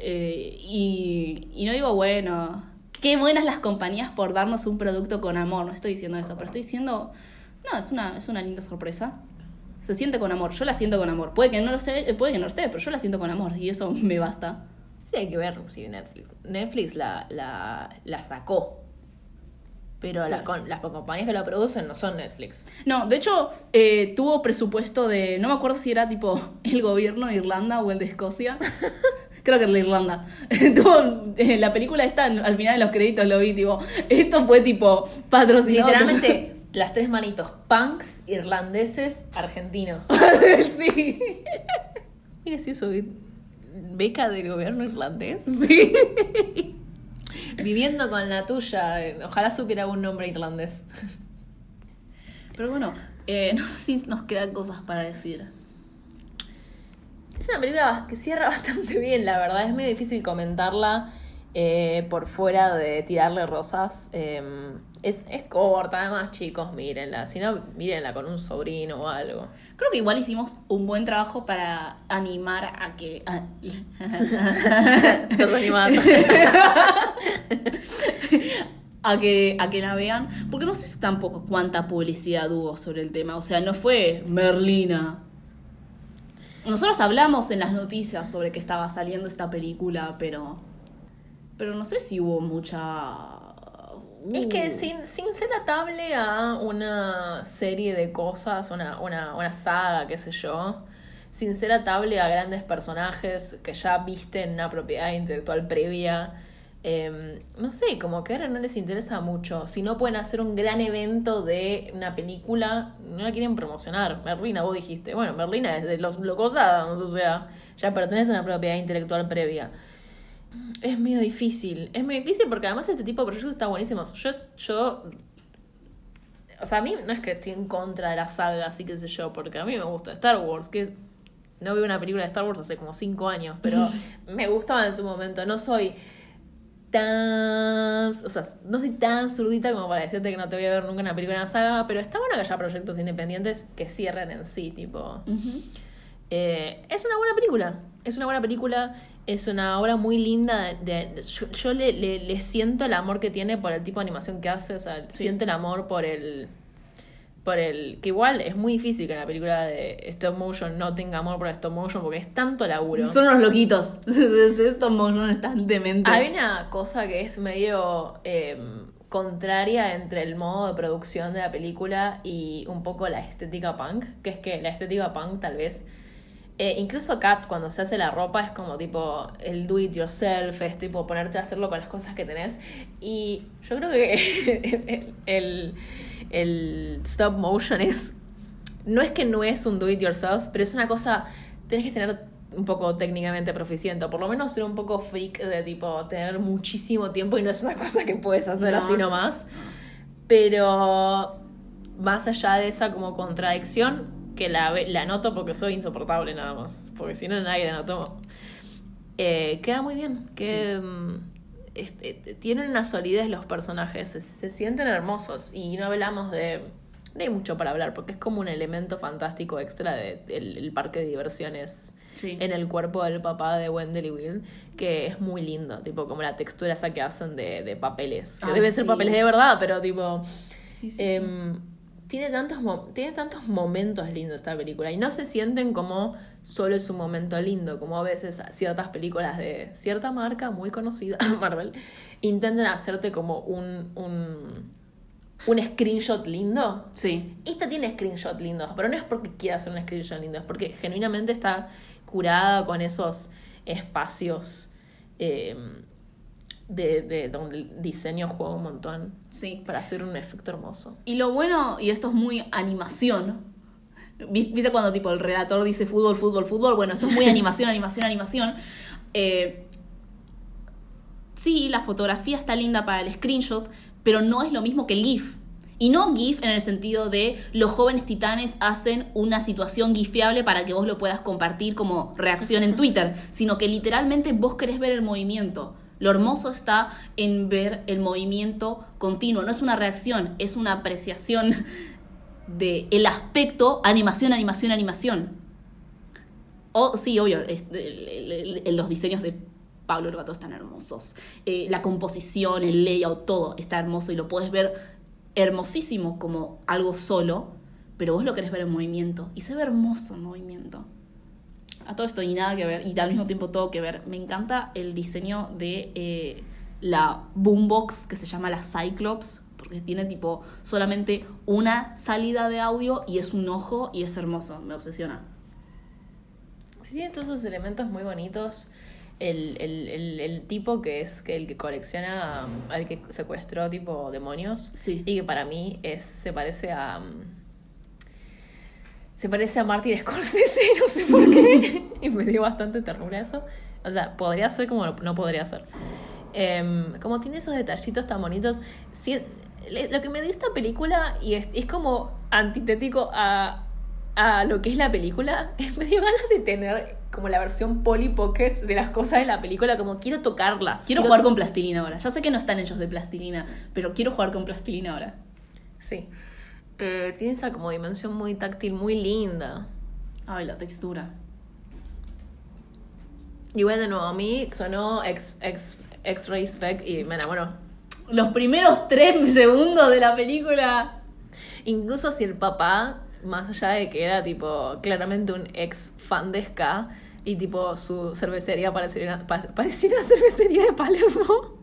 Y no digo, bueno, qué buenas las compañías por darnos un producto con amor, no estoy diciendo eso, pero estoy diciendo... No, es una linda sorpresa. Se siente con amor, yo la siento con amor. Puede que no lo esté, pero yo la siento con amor y eso me basta. Sí, hay que ver si Netflix la sacó. Pero Claro. las compañías que la producen no son Netflix. No, de hecho, tuvo presupuesto de... No me acuerdo si era tipo el gobierno de Irlanda o el de Escocia. Creo que el de Irlanda. La película esta, al final de los créditos lo vi, tipo... Esto fue tipo patrocinado... Literalmente... Las tres manitos, punks, irlandeses, argentinos. Sí. ¿Qué es eso? ¿Beca del gobierno irlandés? Sí. Viviendo con la tuya. Ojalá supiera algún nombre irlandés. Pero bueno, no sé si nos quedan cosas para decir. Es una película que cierra bastante bien, la verdad. Es muy difícil comentarla por fuera de tirarle rosas. Es corta, además, chicos, mírenla. Si no, mírenla con un sobrino o algo. Creo que igual hicimos un buen trabajo para animar a que... Estás animando. a que la vean. Porque no sé tampoco cuánta publicidad hubo sobre el tema. O sea, no fue Merlina. Nosotros hablamos en las noticias sobre que estaba saliendo esta película, pero no sé si hubo mucha... Es que sin ser atable a una serie de cosas, una saga, qué sé yo, sin ser atable a grandes personajes que ya visten una propiedad intelectual previa, no sé, como que ahora no les interesa mucho. Si no pueden hacer un gran evento de una película, no la quieren promocionar. Merlina, vos dijiste, bueno, Merlina es de los Locos Adams, o sea, ya pertenece a una propiedad intelectual previa. Es medio difícil porque además este tipo de proyectos está buenísimo. Yo o sea, a mí no es que estoy en contra de la saga, así que sé yo, porque a mí me gusta Star Wars, que no veo una película de Star Wars hace como 5 años, pero me gustaba en su momento. No soy tan zurdita como para decirte que no te voy a ver nunca una película de una saga, pero está bueno que haya proyectos independientes que cierren en sí, tipo. Uh-huh. Es una buena película, es una obra muy linda. Yo le siento el amor que tiene por el tipo de animación que hace, o sea, Sí. siento el amor por el que igual es muy difícil que una película de stop motion no tenga amor por el stop motion porque es tanto laburo. Son unos loquitos. Estos monos están dementes. Hay una cosa que es medio contraria entre el modo de producción de la película y un poco la estética punk, que es que la estética punk tal vez... incluso Kat, cuando se hace la ropa, es como tipo el do it yourself, es tipo ponerte a hacerlo con las cosas que tenés. Y yo creo que el stop motion no es que no es un do it yourself, pero es una cosa, tenés que tener un poco técnicamente proficiente, o por lo menos ser un poco freak de tipo tener muchísimo tiempo y no es una cosa que puedes hacer así nomás. Pero más allá de esa como contradicción, que la noto porque soy insoportable nada más, porque si no nadie la notó. Queda muy bien, que tienen una solidez los personajes, se sienten hermosos, y no hablamos de no hay mucho para hablar, porque es como un elemento fantástico extra del parque de diversiones Sí. en el cuerpo del papá de Wendell y Will, que es muy lindo, tipo como la textura esa que hacen de papeles, que Ay, deben ser sí. papeles de verdad, pero tipo... Sí. Tiene tantos momentos lindos esta película y no se sienten como solo es un momento lindo, como a veces ciertas películas de cierta marca muy conocida, Marvel, intentan hacerte como un screenshot lindo. Sí. Esta tiene screenshot lindos, pero no es porque quiera hacer un screenshot lindo, es porque genuinamente está curada con esos espacios de donde el diseño juega un montón Sí. para hacer un efecto hermoso. Y lo bueno, y esto es muy animación, ¿viste cuando tipo el relator dice fútbol, fútbol, fútbol? Bueno, esto es muy animación, animación. Sí, la fotografía está linda para el screenshot, pero no es lo mismo que el GIF. Y no GIF en el sentido de los jóvenes titanes hacen una situación gifiable para que vos lo puedas compartir como reacción en Twitter, sino que literalmente vos querés ver el movimiento. Lo hermoso está en ver el movimiento continuo. No es una reacción, es una apreciación del aspecto animación. Sí, obvio, los diseños de Pablo Orgato están hermosos. La composición, el layout, todo está hermoso y lo podés ver hermosísimo como algo solo, pero vos lo querés ver en movimiento. Y se ve hermoso en movimiento. A todo esto y nada que ver, y al mismo tiempo todo que ver. Me encanta el diseño de la boombox que se llama la Cyclops, porque tiene tipo solamente una salida de audio y es un ojo y es hermoso, me obsesiona. Sí, tiene todos esos elementos muy bonitos. El tipo que es el que colecciona al que secuestró tipo demonios, Sí. y que para mí se parece a Martin Scorsese, no sé por qué, y me dio bastante ternura eso. O sea, podría ser como no podría ser. Como tiene esos detallitos tan bonitos. Lo que me dio esta película, y es como antitético a lo que es la película, me dio ganas de tener como la versión Polly Pocket de las cosas de la película, como quiero tocarlas. Quiero jugar con plastilina ahora. Ya sé que no están hechos de plastilina, pero quiero jugar con plastilina ahora. Sí. Tiene esa como dimensión muy táctil, muy linda. Ay, la textura. Igual de nuevo, a mí sonó X-Ray Spec y me enamoró. Los primeros 3 segundos de la película. Incluso si el papá, más allá de que era tipo claramente un ex fan de ska, y tipo su cervecería parecía una cervecería de Palermo.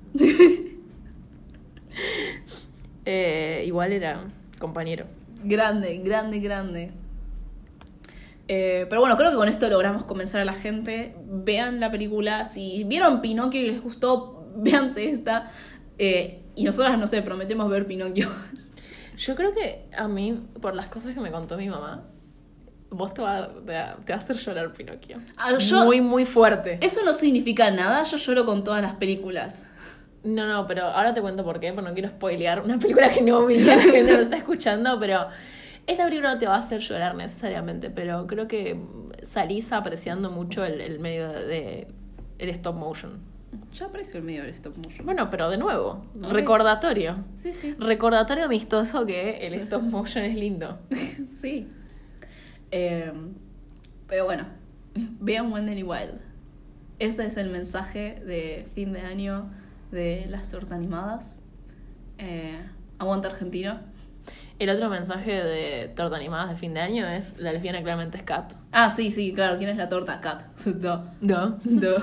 Igual era compañero. Grande. Pero bueno, creo que con esto logramos convencer a la gente. Vean la película. Si vieron Pinocchio y les gustó, véanse esta. Y nosotras, no sé, prometemos ver Pinocchio. Yo creo que a mí, por las cosas que me contó mi mamá, vos te va a hacer llorar Pinocchio. Muy, muy fuerte. Eso no significa nada. Yo lloro con todas las películas. No, pero ahora te cuento por qué, porque no quiero spoilear una película que no vi, la gente no lo está escuchando, pero esta película no te va a hacer llorar necesariamente, pero creo que salís apreciando mucho el medio de el stop motion. Ya aprecio el medio del stop motion. Bueno, pero de nuevo, Okay. recordatorio. Sí. Recordatorio amistoso que el stop motion es lindo. Sí. Pero bueno, vean Wendell y Wild. Ese es el mensaje de fin de año de las tortas animadas. Aguanta Argentino. El otro mensaje de torta animadas de fin de año es la lesbiana claramente es Kat. Ah, sí, claro. ¿Quién es la torta? Kat. No.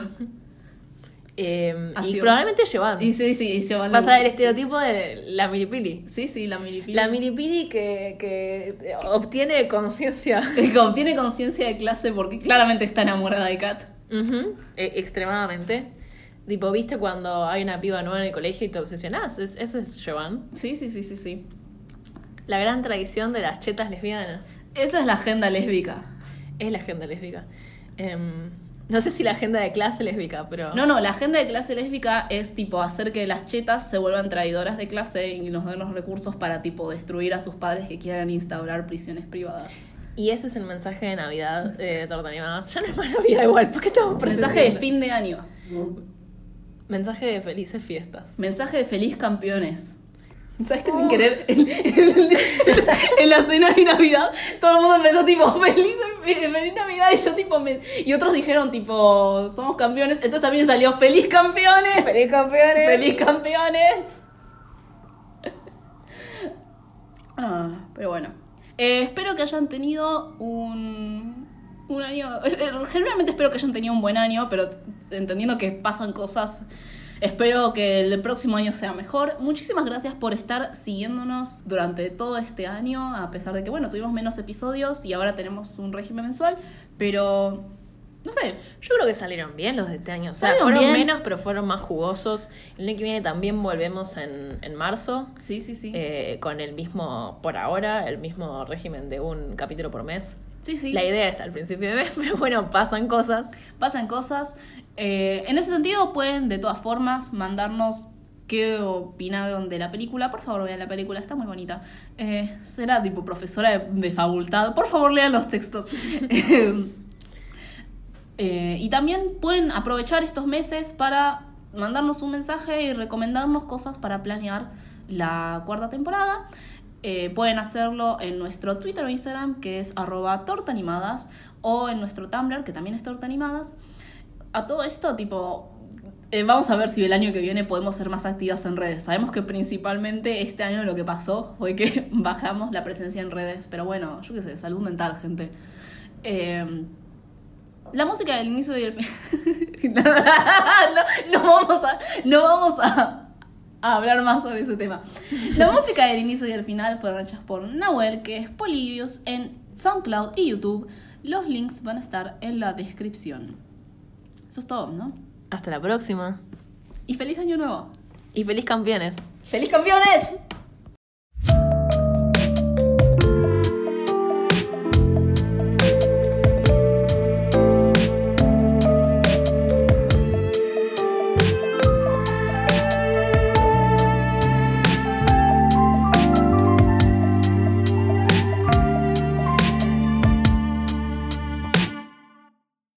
Así Y va. probablemente Jovan. Y sí, yo Vas a ver el estereotipo de la milipili. Sí, la milipili. La milipili que obtiene conciencia. Que obtiene conciencia de clase porque claramente está enamorada de Kat. Extremadamente. Tipo, ¿viste cuando hay una piba nueva en el colegio y te obsesionás? Ese es Jovan. Sí. La gran tradición de las chetas lesbianas. Esa es la agenda lésbica. Es la agenda lésbica. No sé si la agenda de clase lésbica, pero... No, la agenda de clase lésbica es tipo hacer que las chetas se vuelvan traidoras de clase y nos den los recursos para tipo destruir a sus padres que quieran instaurar prisiones privadas. Y ese es el mensaje de Navidad de Torta Animadas. Ya no es más Navidad igual, ¿por qué estamos Mensaje de fin de año. Mensaje de felices fiestas. Mensaje de feliz campeones. ¿Sabes que sin querer en la cena de Navidad todo el mundo empezó tipo feliz Navidad y yo tipo y otros dijeron tipo somos campeones, entonces también salió feliz campeones. ¡Feliz campeones! ¡Feliz campeones! Pero bueno. Espero que hayan tenido un año. Generalmente espero que hayan tenido un buen año, pero entendiendo que pasan cosas, espero que el próximo año sea mejor. Muchísimas gracias por estar siguiéndonos durante todo este año, a pesar de que, bueno, tuvimos menos episodios y ahora tenemos un régimen mensual, pero no sé. Yo creo que salieron bien los de este año. O sea, Salieron fueron bien. menos, pero fueron más jugosos. El año que viene también volvemos en marzo. Sí. Con el mismo, por ahora, el mismo régimen de un capítulo por mes. Sí. La idea es al principio de mes, pero bueno, pasan cosas. Pasan cosas. En ese sentido pueden de todas formas mandarnos qué opinaron de la película. Por favor vean la película, está muy bonita. Será tipo profesora de facultad. Por favor lean los textos. Y también pueden aprovechar estos meses para mandarnos un mensaje y recomendarnos cosas para planear la 4ª temporada. Pueden hacerlo en nuestro Twitter o Instagram, que es @tortaanimadas, o en nuestro Tumblr, que también es tortaanimadas. A todo esto, tipo, vamos a ver si el año que viene podemos ser más activas en redes. Sabemos que principalmente este año lo que pasó fue que bajamos la presencia en redes, pero bueno, yo qué sé, salud mental, gente. La música del inicio y el fin. No vamos a hablar más sobre ese tema. La música del inicio y el final fueron hechas por Nahuel, que es Polybius, en SoundCloud y YouTube. Los links van a estar en la descripción. Eso es todo, ¿no? Hasta la próxima. Y feliz año nuevo. Y feliz campeones. ¡Feliz campeones!